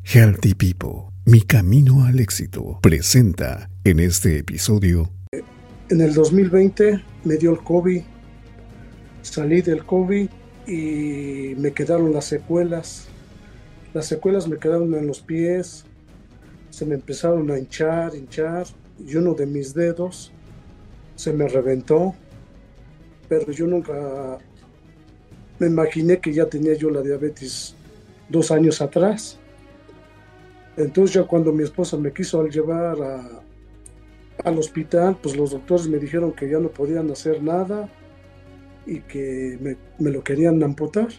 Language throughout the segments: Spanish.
Healthy People, mi camino al éxito, presenta en este episodio. En el 2020 me dio el COVID, salí del COVID y me quedaron las secuelas. Las secuelas me quedaron en los pies, se me empezaron a hinchar y uno de mis dedos se me reventó, pero yo nunca me imaginé que ya tenía yo la diabetes 2 años atrás. Entonces ya cuando mi esposa me quiso llevar al hospital, pues los doctores me dijeron que ya no podían hacer nada y que me lo querían amputar.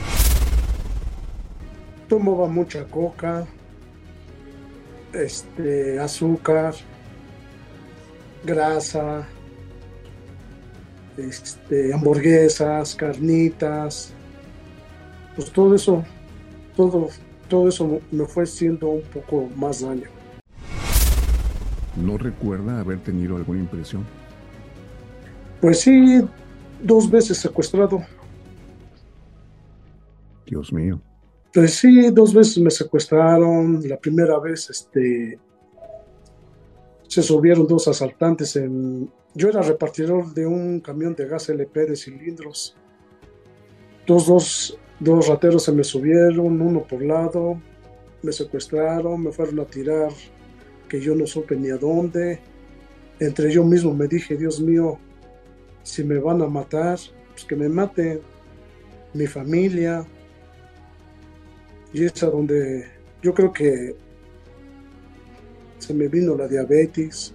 Tomaba mucha coca, azúcar, grasa, hamburguesas, carnitas, pues todo eso me fue haciendo un poco más daño. ¿No recuerda haber tenido alguna impresión? Pues sí, 2 veces secuestrado. Dios mío. Pues sí, 2 veces me secuestraron. La primera vez, se subieron 2 asaltantes yo era repartidor de un camión de gas LP de cilindros. Dos rateros se me subieron, uno por lado, me secuestraron, me fueron a tirar, que yo no supe ni a dónde. Entre yo mismo me dije, Dios mío, si me van a matar, pues que me maten mi familia. Y es a donde yo creo que se me vino la diabetes.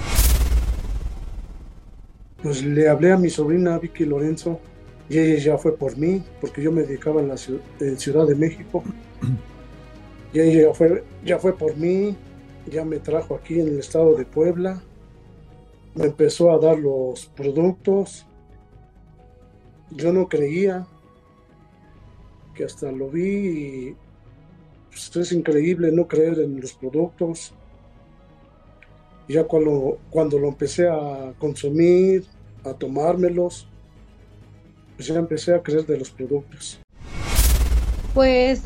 Pues le hablé a mi sobrina Vicky Lorenzo y ella ya fue por mí, porque yo me dedicaba en Ciudad de México. Y ella ya fue por mí, ya me trajo aquí en el estado de Puebla, me empezó a dar los productos. Yo no creía, que hasta lo vi y pues, es increíble no creer en los productos. Y ya cuando lo empecé a consumir, a tomármelos, pues ya empecé a creer de los productos. Pues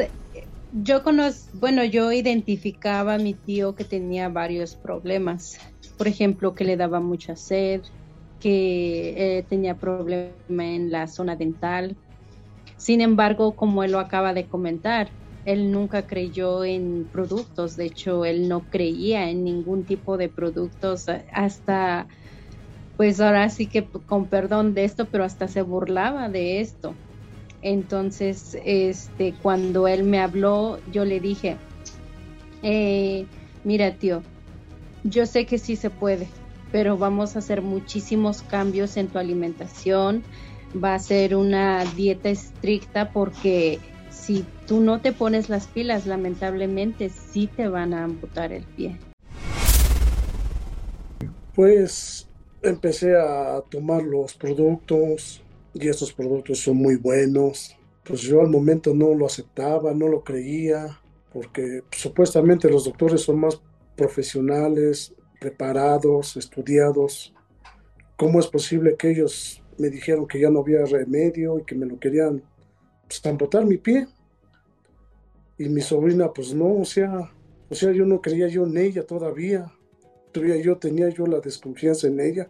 yo identificaba a mi tío que tenía varios problemas. Por ejemplo, que le daba mucha sed, que tenía problema en la zona dental. Sin embargo, como él lo acaba de comentar, él nunca creyó en productos. De hecho, él no creía en ningún tipo de productos hasta, pues ahora sí que con perdón de esto, pero hasta se burlaba de esto. Entonces, cuando él me habló, yo le dije, mira tío, yo sé que sí se puede, pero vamos a hacer muchísimos cambios en tu alimentación, va a ser una dieta estricta porque si tú no te pones las pilas, lamentablemente sí te van a amputar el pie. Pues empecé a tomar los productos y estos productos son muy buenos. Pues yo al momento no lo aceptaba, no lo creía, porque supuestamente los doctores son más profesionales, preparados, estudiados. ¿Cómo es posible que ellos me dijeron que ya no había remedio y que me lo querían amputar mi pie? Y mi sobrina, pues no, o sea, yo no creía yo en ella todavía. Tenía yo la desconfianza en ella.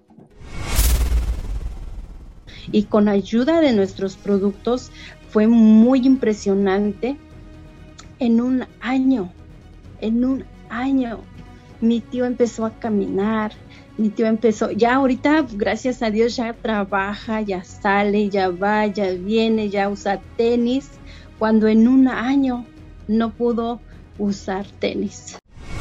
Y con ayuda de nuestros productos fue muy impresionante. En un año, mi tío empezó a caminar, ya ahorita, gracias a Dios, ya trabaja, ya sale, ya va, ya viene, ya usa tenis, cuando en un año no pudo usar tenis.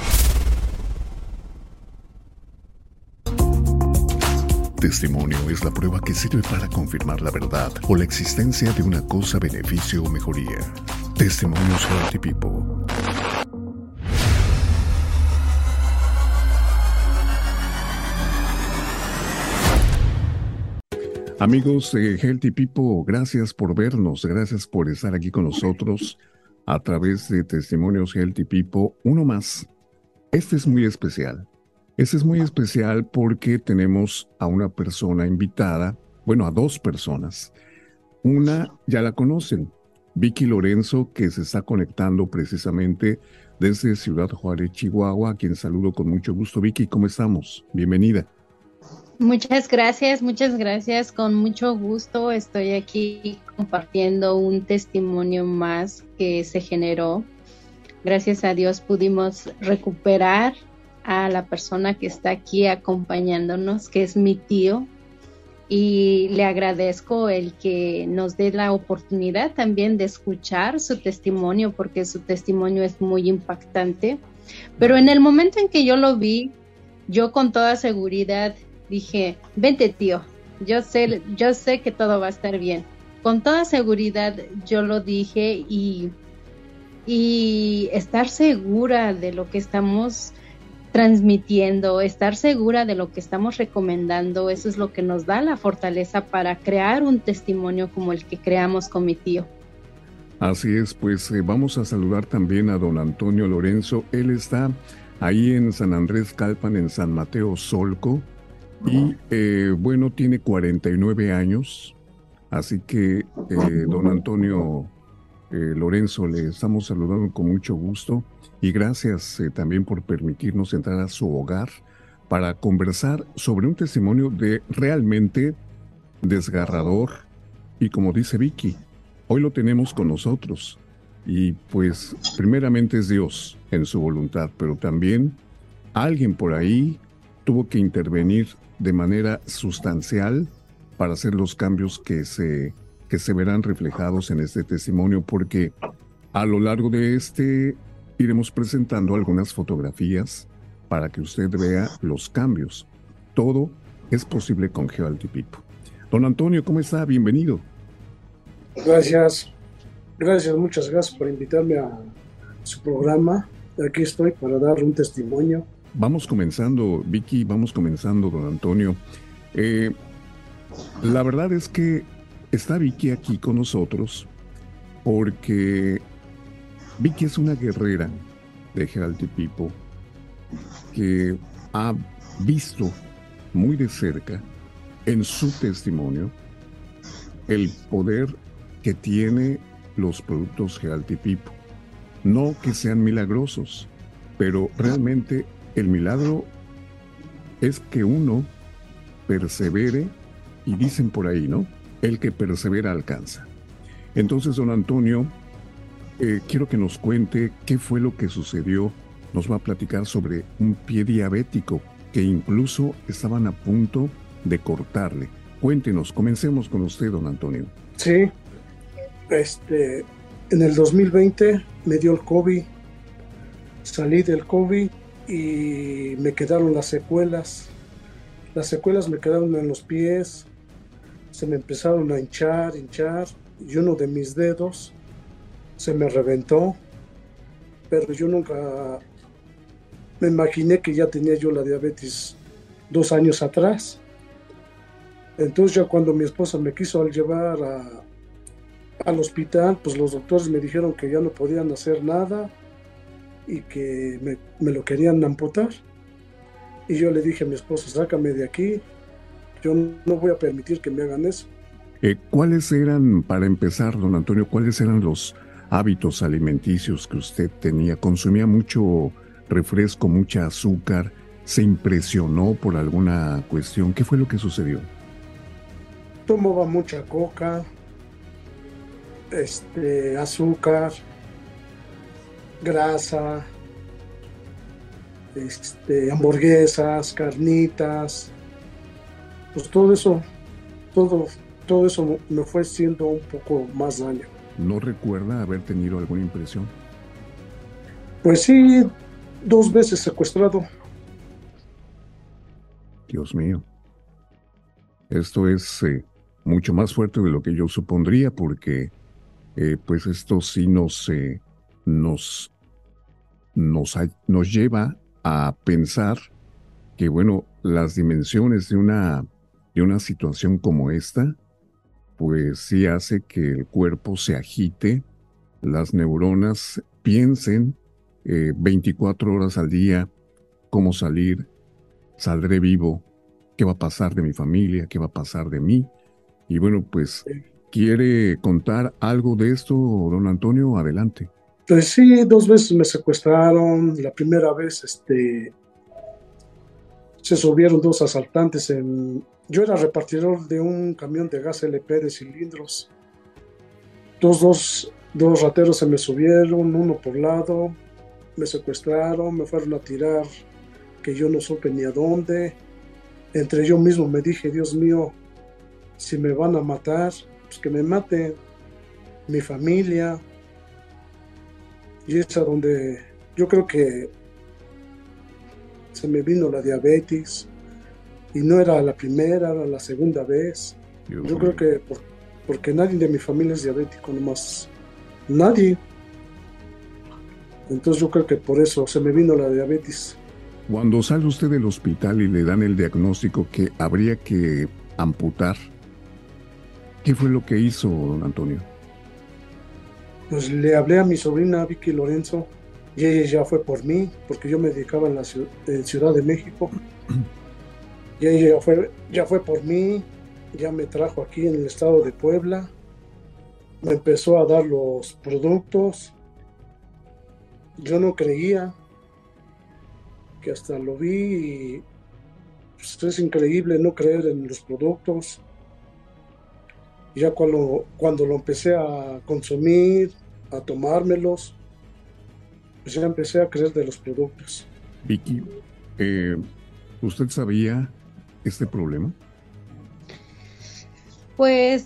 Testimonio es la prueba que sirve para confirmar la verdad o la existencia de una cosa, beneficio o mejoría. Testimonios Healthy People. Amigos de Healthy People, gracias por vernos, gracias por estar aquí con nosotros a través de Testimonios Healthy People. Uno más. Este es muy especial. Este es muy especial porque tenemos a una persona invitada, bueno, a 2 personas. Una ya la conocen, Vicky Lorenzo, que se está conectando precisamente desde Ciudad Juárez, Chihuahua, a quien saludo con mucho gusto. Vicky, ¿cómo estamos? Bienvenida. Muchas gracias. Con mucho gusto estoy aquí compartiendo un testimonio más que se generó. Gracias a Dios pudimos recuperar a la persona que está aquí acompañándonos, que es mi tío, y le agradezco el que nos dé la oportunidad también de escuchar su testimonio, porque su testimonio es muy impactante. Pero en el momento en que yo lo vi, yo con toda seguridad dije, vente tío, yo sé que todo va a estar bien. Con toda seguridad yo lo dije y estar segura de lo que estamos transmitiendo, estar segura de lo que estamos recomendando, eso es lo que nos da la fortaleza para crear un testimonio como el que creamos con mi tío. Así es, pues vamos a saludar también a don Antonio Lorenzo. Él está ahí en San Andrés Calpan, en San Mateo Solco, y bueno, tiene 49 años, así que don Antonio Lorenzo, le estamos saludando con mucho gusto y gracias también por permitirnos entrar a su hogar para conversar sobre un testimonio de realmente desgarrador y, como dice Vicky, hoy lo tenemos con nosotros y pues primeramente es Dios en su voluntad, pero también alguien por ahí tuvo que intervenir de manera sustancial para hacer los cambios que se verán reflejados en este testimonio, porque a lo largo de iremos presentando algunas fotografías para que usted vea los cambios. Todo es posible con Healthy People. Don Antonio, ¿cómo está? Bienvenido. Gracias, muchas gracias por invitarme a su programa. Aquí estoy para dar un testimonio. Vamos comenzando, Vicky, vamos comenzando, don Antonio. La verdad es que está Vicky aquí con nosotros porque Vicky es una guerrera de Healthy People que ha visto muy de cerca en su testimonio el poder que tiene los productos Healthy People. No que sean milagrosos, pero realmente el milagro es que uno persevere, y dicen por ahí, ¿no? El que persevera alcanza. Entonces, don Antonio, quiero que nos cuente qué fue lo que sucedió. Nos va a platicar sobre un pie diabético que incluso estaban a punto de cortarle. Cuéntenos, comencemos con usted, don Antonio. Sí, en el 2020 me dio el COVID, salí del COVID y me quedaron las secuelas. Las secuelas me quedaron en los pies, se me empezaron a hinchar, y uno de mis dedos se me reventó, pero yo nunca me imaginé que ya tenía yo la diabetes 2 años atrás. Entonces ya cuando mi esposa me quiso llevar al hospital, pues los doctores me dijeron que ya no podían hacer nada y que me lo querían amputar. Y yo le dije a mi esposa, sácame de aquí, yo no voy a permitir que me hagan eso. ¿Cuáles eran, para empezar, don Antonio, cuáles eran los hábitos alimenticios que usted tenía? ¿Consumía mucho refresco, mucha azúcar? ¿Se impresionó por alguna cuestión? ¿Qué fue lo que sucedió? Tomaba mucha coca, azúcar, grasa, hamburguesas, carnitas, pues todo eso me fue haciendo un poco más daño. ¿No recuerda haber tenido alguna impresión? Pues sí, 2 veces secuestrado. Dios mío. Esto es mucho más fuerte de lo que yo supondría, porque pues esto sí nos lleva a pensar que, bueno, las dimensiones de una situación como esta, pues sí hace que el cuerpo se agite, las neuronas piensen 24 horas al día cómo salir, saldré vivo, qué va a pasar de mi familia, qué va a pasar de mí. Y bueno, pues, ¿quiere contar algo de esto, don Antonio? Adelante. Pues sí, 2 veces me secuestraron. La primera vez, se subieron 2 asaltantes Yo era repartidor de un camión de gas LP de cilindros. Dos rateros se me subieron, uno por lado, me secuestraron, me fueron a tirar que yo no supe ni a dónde. Entre yo mismo me dije, Dios mío, si me van a matar, pues que me maten mi familia. Y es a donde yo creo que se me vino la diabetes. Y no era la primera, era la segunda vez. Dios Yo creo mío. que porque nadie de mi familia es diabético, nomás nadie. Entonces yo creo que por eso se me vino la diabetes. Cuando sale usted del hospital y le dan el diagnóstico que habría que amputar, ¿qué fue lo que hizo, don Antonio? Pues le hablé a mi sobrina Vicky Lorenzo y ella ya fue por mí, porque yo me dedicaba en Ciudad de México. Y ella ya fue por mí, ya me trajo aquí en el estado de Puebla, me empezó a dar los productos. Yo no creía, que hasta lo vi y pues, es increíble no creer en los productos. Ya cuando lo empecé a consumir, a tomármelos, pues ya empecé a creer de los productos. Vicky, eh, ¿usted sabía este problema? Pues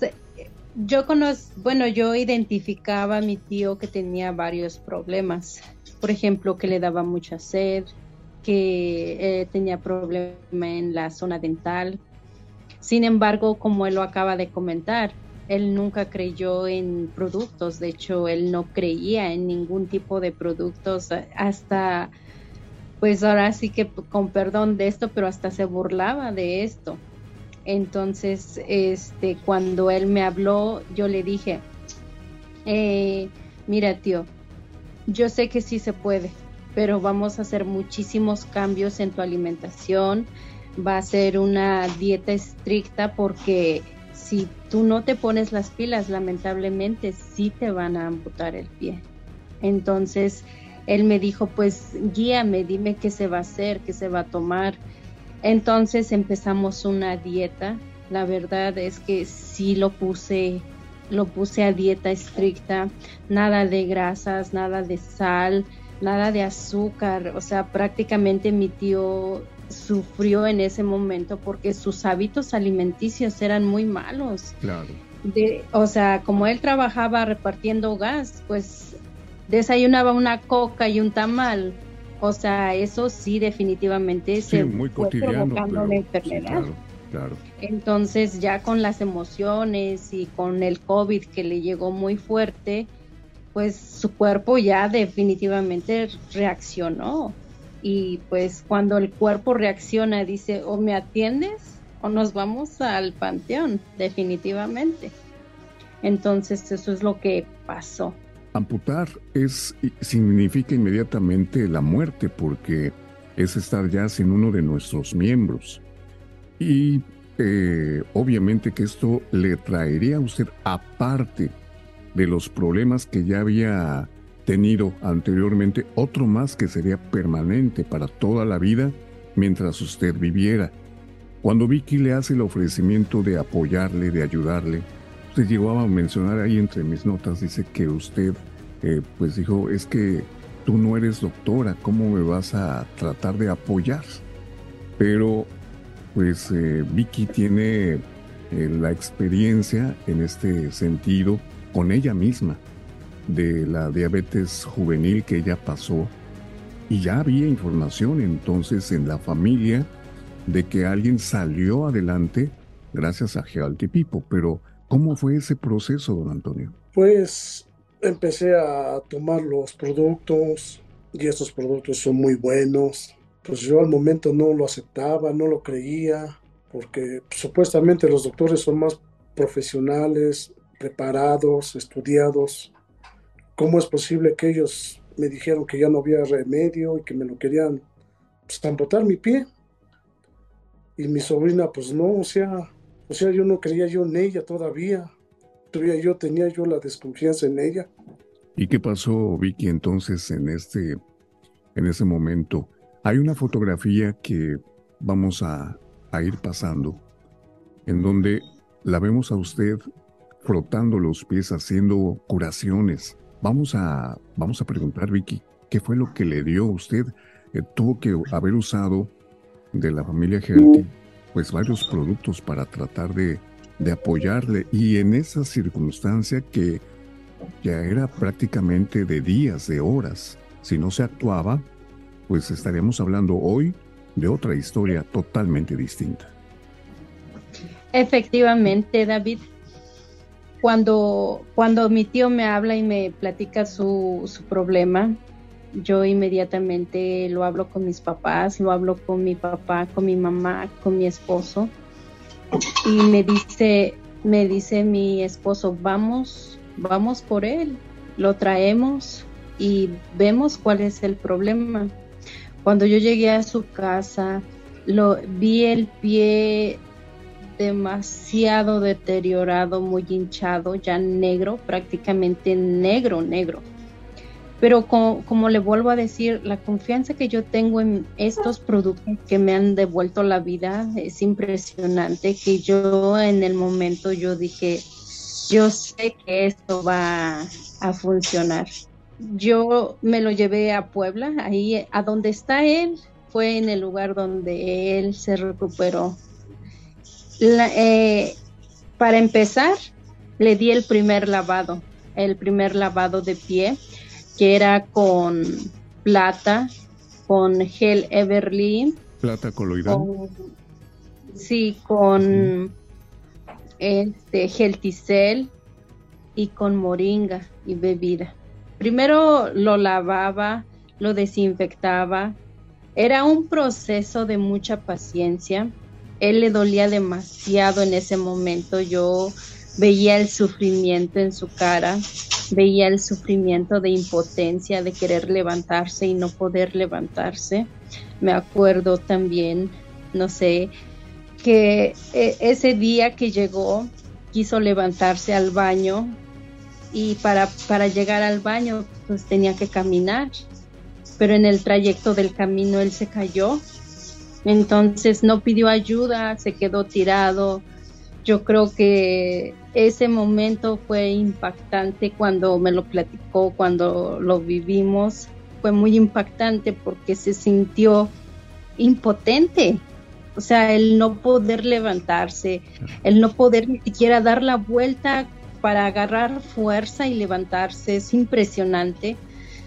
yo identificaba a mi tío que tenía varios problemas. Por ejemplo, que le daba mucha sed, que tenía problema en la zona dental. Sin embargo, como él lo acaba de comentar, él nunca creyó en productos. De hecho, él no creía en ningún tipo de productos hasta, pues ahora sí que con perdón de esto, pero hasta se burlaba de esto. Entonces, cuando él me habló, yo le dije, mira, tío, yo sé que sí se puede, pero vamos a hacer muchísimos cambios en tu alimentación. Va a ser una dieta estricta porque si tú no te pones las pilas, lamentablemente sí te van a amputar el pie. Entonces, él me dijo, pues guíame, dime qué se va a hacer, qué se va a tomar. Entonces empezamos una dieta. La verdad es que sí lo puse a dieta estricta, nada de grasas, nada de sal, nada de azúcar. O sea, prácticamente mi tío sufrió en ese momento porque sus hábitos alimenticios eran muy malos. Claro. O sea, como él trabajaba repartiendo gas, pues desayunaba una coca y un tamal. O sea, eso sí definitivamente Sí, se muy fue cotidiano, provocando la pero sí, enfermedad. claro, claro. Entonces ya con las emociones y con el COVID que le llegó muy fuerte, pues su cuerpo ya definitivamente reaccionó. Y pues cuando el cuerpo reacciona dice, o me atiendes o nos vamos al panteón, definitivamente. Entonces eso es lo que pasó. Amputar significa inmediatamente la muerte porque es estar ya sin uno de nuestros miembros. Y obviamente que esto le traería a usted, aparte de los problemas que ya había tenido anteriormente, otro más que sería permanente para toda la vida mientras usted viviera. Cuando Vicky le hace el ofrecimiento de apoyarle, de ayudarle, usted llegó a mencionar ahí entre mis notas, dice que usted pues dijo, es que tú no eres doctora, ¿cómo me vas a tratar de apoyar? Pero pues Vicky tiene la experiencia en este sentido con ella misma de la diabetes juvenil que ella pasó y ya había información entonces en la familia de que alguien salió adelante gracias a Healthy People. Pero ¿cómo fue ese proceso, don Antonio? Pues empecé a tomar los productos y estos productos son muy buenos. Pues yo al momento no lo aceptaba, no lo creía, porque supuestamente los doctores son más profesionales, preparados, estudiados. ¿Cómo es posible que ellos me dijeron que ya no había remedio y que me lo querían pues, amputar mi pie? Y mi sobrina, pues no, o sea, yo no creía yo en ella todavía. Tenía yo la desconfianza en ella. ¿Y qué pasó, Vicky, entonces en ese momento? Hay una fotografía que vamos a ir pasando, en donde la vemos a usted frotando los pies, haciendo curaciones. Vamos a preguntar, Vicky, ¿qué fue lo que le dio a usted? Tuvo que haber usado de la familia Healthy, pues varios productos para tratar de apoyarle. Y en esa circunstancia que ya era prácticamente de días, de horas, si no se actuaba, pues estaríamos hablando hoy de otra historia totalmente distinta. Efectivamente, David, cuando mi tío me habla y me platica su problema, yo inmediatamente lo hablo con mis papás, lo hablo con mi papá, con mi mamá, con mi esposo, y me dice mi esposo, vamos por él, lo traemos y vemos cuál es el problema. Cuando yo llegué a su casa, vi el pie demasiado deteriorado, muy hinchado, ya negro, prácticamente negro. Pero como le vuelvo a decir, la confianza que yo tengo en estos productos que me han devuelto la vida es impresionante, que yo en el momento yo dije, yo sé que esto va a funcionar. Yo me lo llevé a Puebla, ahí a donde está él, fue en el lugar donde él se recuperó. Para empezar, le di el primer lavado de pie, que era con plata, con gel Everly. ¿Plata coloidal? Con gel Ticel y con moringa y bebida. Primero lo lavaba, lo desinfectaba. Era un proceso de mucha paciencia. Él le dolía demasiado en ese momento. Yo veía el sufrimiento en su cara, veía el sufrimiento de impotencia, de querer levantarse y no poder levantarse. Me acuerdo también, no sé, que ese día que llegó, quiso levantarse al baño y para llegar al baño, pues tenía que caminar. Pero en el trayecto del camino él se cayó. Entonces no pidió ayuda, se quedó tirado. Yo creo que ese momento fue impactante cuando me lo platicó, cuando lo vivimos. Fue muy impactante porque se sintió impotente. O sea, el no poder levantarse, el no poder ni siquiera dar la vuelta para agarrar fuerza y levantarse, es impresionante.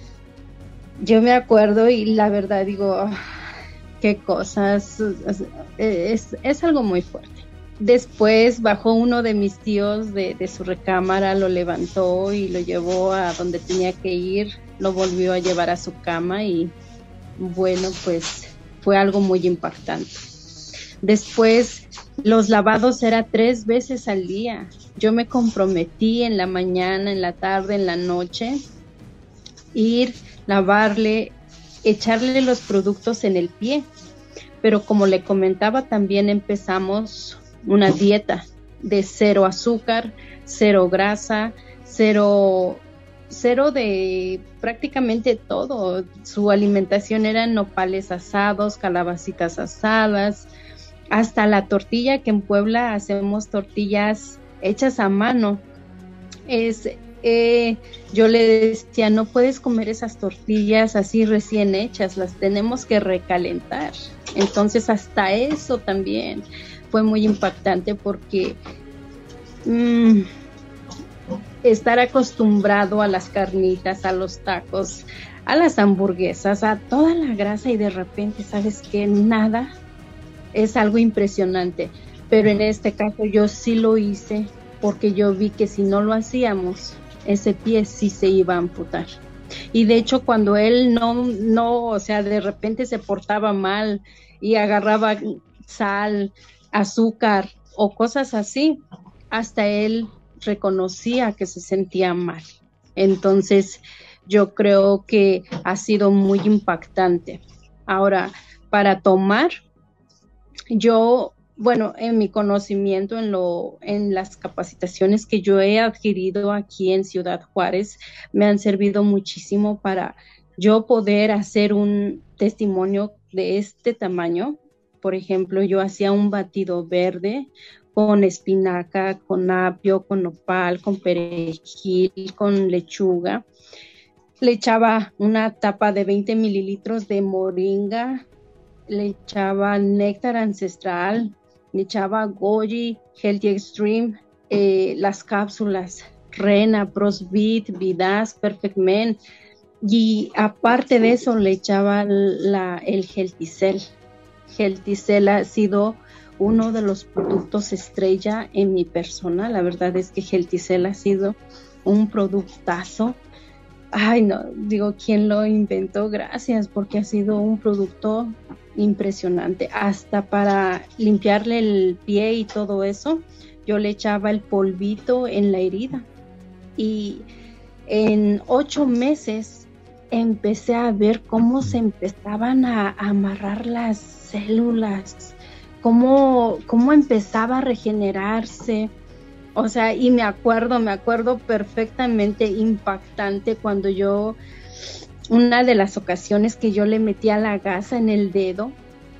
Yo me acuerdo y la verdad digo, qué cosas, es algo muy fuerte. Después bajó uno de mis tíos de su recámara, lo levantó y lo llevó a donde tenía que ir, lo volvió a llevar a su cama y bueno, pues fue algo muy impactante. Después los lavados eran 3 veces al día. Yo me comprometí en la mañana, en la tarde, en la noche, ir, lavarle, echarle los productos en el pie. Pero como le comentaba, también empezamos una dieta de 0 azúcar, 0 grasa, cero de prácticamente todo. Su alimentación era nopales asados, calabacitas asadas, hasta la tortilla, que en Puebla hacemos tortillas hechas a mano. Yo le decía, no puedes comer esas tortillas así recién hechas, las tenemos que recalentar. Entonces hasta eso también fue muy impactante porque estar acostumbrado a las carnitas, a los tacos, a las hamburguesas, a toda la grasa y de repente sabes que nada, es algo impresionante. Pero en este caso yo sí lo hice porque yo vi que si no lo hacíamos, ese pie sí se iba a amputar. Y de hecho cuando él no, o sea, de repente se portaba mal y agarraba sal, azúcar o cosas así, hasta él reconocía que se sentía mal. Entonces yo creo que ha sido muy impactante. Ahora, para tomar, yo bueno, en mi conocimiento, en las capacitaciones que yo he adquirido aquí en Ciudad Juárez, me han servido muchísimo para yo poder hacer un testimonio de este tamaño. Por ejemplo, yo hacía un batido verde con espinaca, con apio, con nopal, con perejil, con lechuga. Le echaba una tapa de 20 mililitros de moringa, le echaba néctar ancestral, le echaba goji, Healthy Extreme, las cápsulas, Rena, Prosbit, Vidas, Perfect Men, y aparte de eso le echaba el Healthy Cell ha sido uno de los productos estrella en mi persona. La verdad es que Healthy Cell ha sido un productazo. Ay, no, digo, ¿quién lo inventó? Gracias, porque ha sido un producto impresionante. Hasta para limpiarle el pie y todo eso, yo le echaba el polvito en la herida. Y en 8 meses empecé a ver cómo se empezaban a amarrar las células, cómo empezaba a regenerarse. O sea, y me acuerdo perfectamente, impactante, cuando una de las ocasiones que yo le metía la gasa en el dedo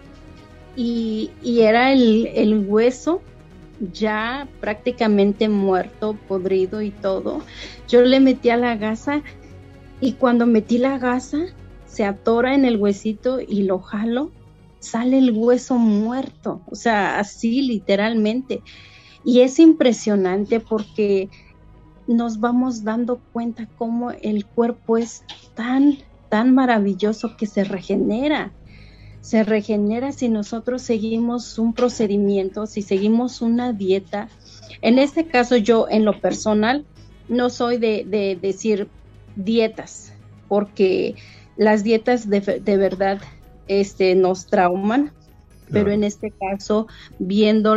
y era el hueso ya prácticamente muerto, podrido y todo. Yo le metía la gasa y cuando metí la gasa se atora en el huesito y lo jalo, sale el hueso muerto, o sea, así literalmente. Y es impresionante porque nos vamos dando cuenta cómo el cuerpo es tan maravilloso que se regenera si nosotros seguimos un procedimiento, si seguimos una dieta. En este caso, yo en lo personal no soy de decir dietas, porque las dietas de verdad nos trauman. Pero en este caso, viendo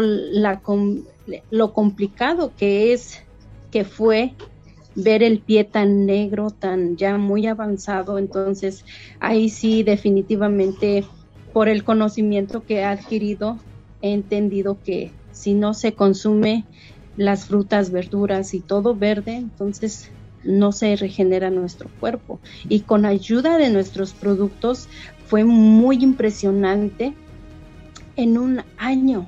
lo complicado que fue ver el pie tan negro, tan ya muy avanzado, entonces ahí sí definitivamente, por el conocimiento que he adquirido, he entendido que si no se consume las frutas, verduras y todo verde, entonces no se regenera nuestro cuerpo. Y con ayuda de nuestros productos fue muy impresionante. En un año,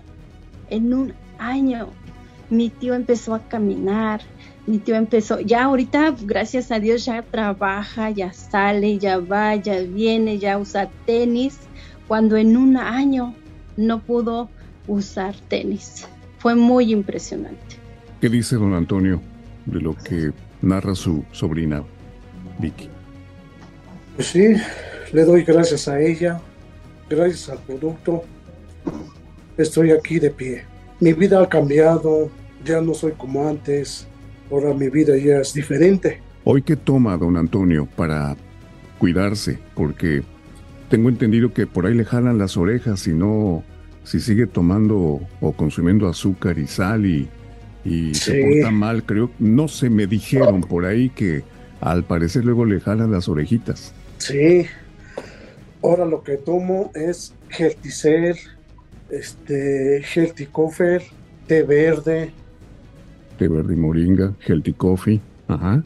mi tío empezó a caminar, ya ahorita, gracias a Dios, ya trabaja, ya sale, ya va, ya viene, ya usa tenis, cuando en un año no pudo usar tenis. Fue muy impresionante. ¿Qué dice don Antonio de lo que narra su sobrina Vicky? Pues sí, le doy gracias a ella, gracias al producto. Estoy aquí de pie. Mi vida ha cambiado, ya no soy como antes, ahora mi vida ya es diferente. ¿Hoy qué toma don Antonio para cuidarse? Porque tengo entendido que por ahí le jalan las orejas si sigue tomando o consumiendo azúcar y sal y Sí. se porta mal, creo. No sé, me dijeron por ahí que al parecer luego le jalan las orejitas. Sí, ahora lo que tomo es Healthy Cell, Healthy Coffee, té verde, Té verde y moringa, Healthy Coffee, ajá,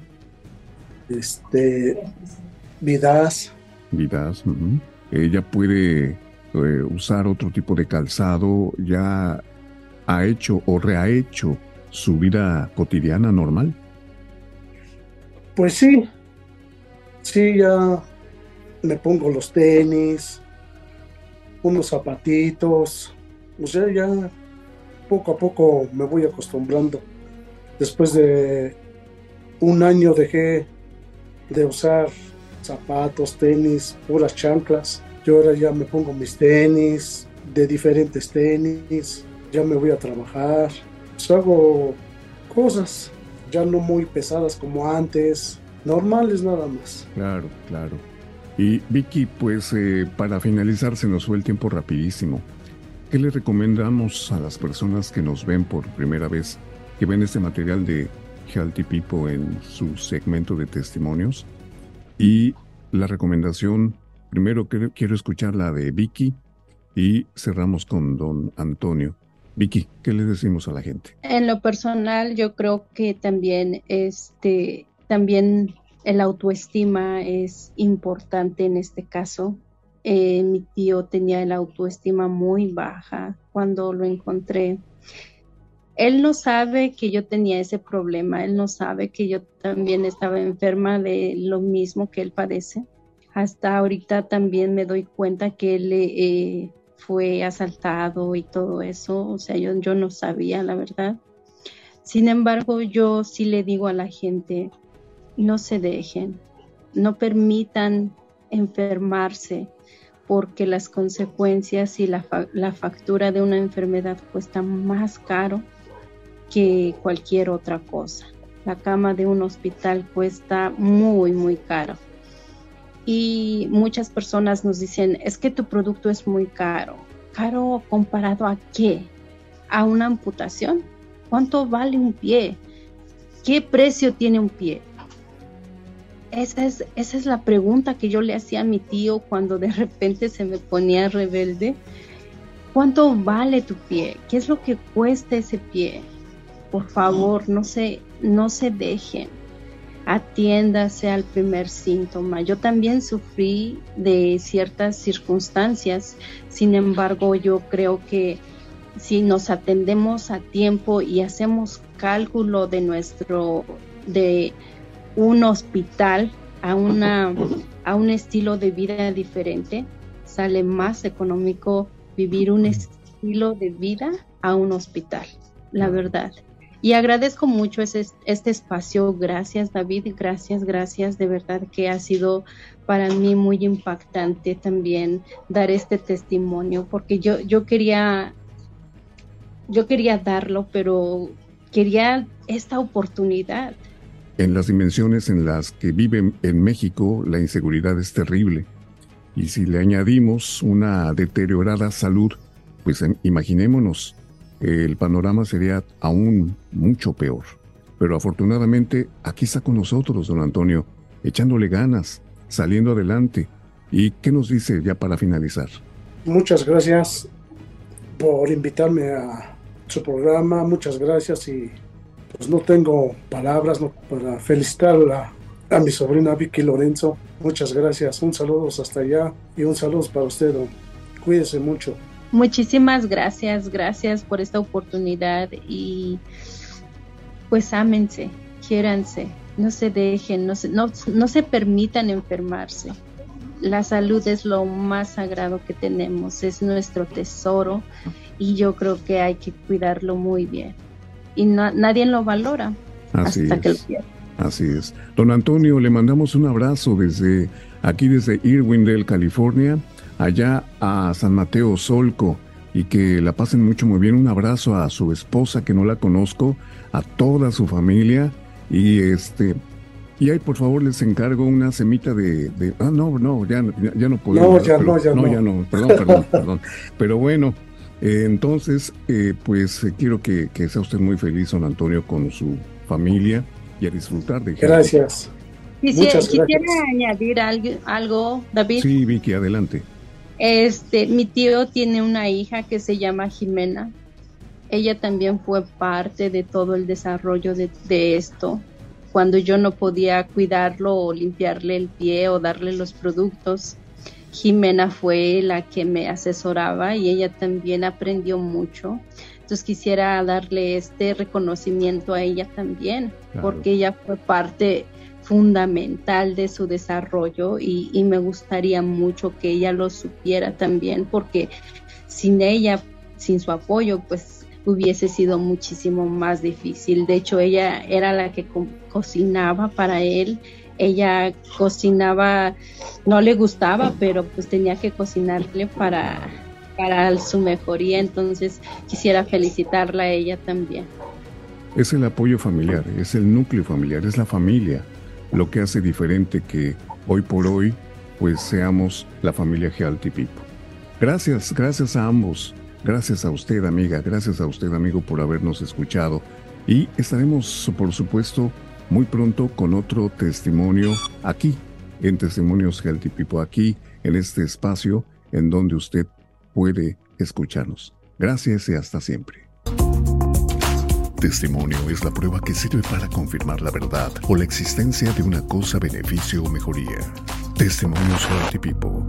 Vidas. Vidas. Ella puede usar otro tipo de calzado, ya ha hecho o reha-hecho su vida cotidiana normal. Pues sí, ya me pongo los tenis, unos zapatitos, o sea, ya poco a poco me voy acostumbrando. Después de un año dejé de usar zapatos, tenis, puras chanclas. Yo ahora ya me pongo mis tenis, de diferentes tenis, ya me voy a trabajar. Pues hago cosas ya no muy pesadas como antes, normales nada más. Claro, claro. Y Vicky, pues para finalizar se nos fue el tiempo rapidísimo. ¿Qué le recomendamos a las personas que nos ven por primera vez, que ven este material de Healthy People en su segmento de testimonios? Y la recomendación, primero quiero escuchar la de Vicky y cerramos con don Antonio. Vicky, ¿qué le decimos a la gente? En lo personal, yo creo que también el autoestima es importante en este caso. Mi tío tenía el autoestima muy baja cuando lo encontré. Él no sabe que yo tenía ese problema, él no sabe que yo también estaba enferma de lo mismo que él padece. Hasta ahorita también me doy cuenta que él fue asaltado y todo eso, o sea, yo no sabía la verdad. Sin embargo, yo sí le digo a la gente, no se dejen, no permitan enfermarse, porque las consecuencias y la factura de una enfermedad cuesta más caro que cualquier otra cosa. La cama de un hospital cuesta muy, muy caro. Y muchas personas nos dicen, es que tu producto es muy caro. ¿Caro comparado a qué? ¿A una amputación? ¿Cuánto vale un pie? ¿Qué precio tiene un pie? Esa es la pregunta que yo le hacía a mi tío cuando de repente se me ponía rebelde. ¿Cuánto vale tu pie? ¿Qué es lo que cuesta ese pie? Por favor, no se dejen. Atiéndase al primer síntoma. Yo también sufrí de ciertas circunstancias. Sin embargo, yo creo que si nos atendemos a tiempo y hacemos cálculo de un hospital a un estilo de vida diferente, sale más económico vivir un estilo de vida a un hospital, la verdad. Y agradezco mucho este espacio. Gracias, David. Gracias. De verdad que ha sido para mí muy impactante también dar este testimonio, porque yo quería darlo, pero quería esta oportunidad. En las dimensiones en las que vive en México, la inseguridad es terrible. Y si le añadimos una deteriorada salud, pues imaginémonos, el panorama sería aún mucho peor. Pero afortunadamente aquí está con nosotros, don Antonio, echándole ganas, saliendo adelante. ¿Y qué nos dice ya para finalizar? Muchas gracias por invitarme a su programa, muchas gracias, y pues no tengo palabras para felicitar a mi sobrina Vicky Lorenzo. Muchas gracias, un saludo hasta allá y un saludo para usted, cuídese mucho. Muchísimas gracias por esta oportunidad, y pues ámense, quiéranse, no se dejen, no se permitan enfermarse. La salud es lo más sagrado que tenemos, es nuestro tesoro, y yo creo que hay que cuidarlo muy bien. Y nadie lo valora hasta que lo pierde. Así es. Don Antonio, le mandamos un abrazo desde Irwindale, California, allá a San Mateo Solco, y que la pasen muy bien. Un abrazo a su esposa, que no la conozco, a toda su familia, y y ahí por favor les encargo una semita ya no podemos. Ya no, perdón. Pero bueno, entonces pues quiero que sea usted muy feliz, don Antonio, con su familia, y a disfrutar de... Gracias. Quisiera añadir algo, David. Sí, Vicky, adelante. Mi tío tiene una hija que se llama Jimena. Ella también fue parte de todo el desarrollo de esto. Cuando yo no podía cuidarlo o limpiarle el pie o darle los productos, Jimena fue la que me asesoraba, y ella también aprendió mucho. Entonces quisiera darle este reconocimiento a ella también, claro, porque ella fue parte fundamental de su desarrollo, y me gustaría mucho que ella lo supiera también, porque sin ella, sin su apoyo, pues hubiese sido muchísimo más difícil. De hecho, ella era la que cocinaba para él. Ella cocinaba, no le gustaba, pero pues tenía que cocinarle para su mejoría. Entonces quisiera felicitarla a ella también. Es el apoyo familiar, es el núcleo familiar, es la familia lo que hace diferente que hoy por hoy pues seamos la familia Healthy People. Gracias a ambos. Gracias a usted, amiga, gracias a usted, amigo, por habernos escuchado, y estaremos, por supuesto, muy pronto con otro testimonio aquí en Testimonios Healthy People, aquí en este espacio en donde usted puede escucharnos. Gracias y hasta siempre. Testimonio es la prueba que sirve para confirmar la verdad o la existencia de una cosa, beneficio o mejoría. Testimonios Healthy People.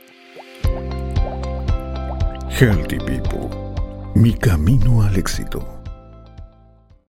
Healthy People. Mi camino al éxito.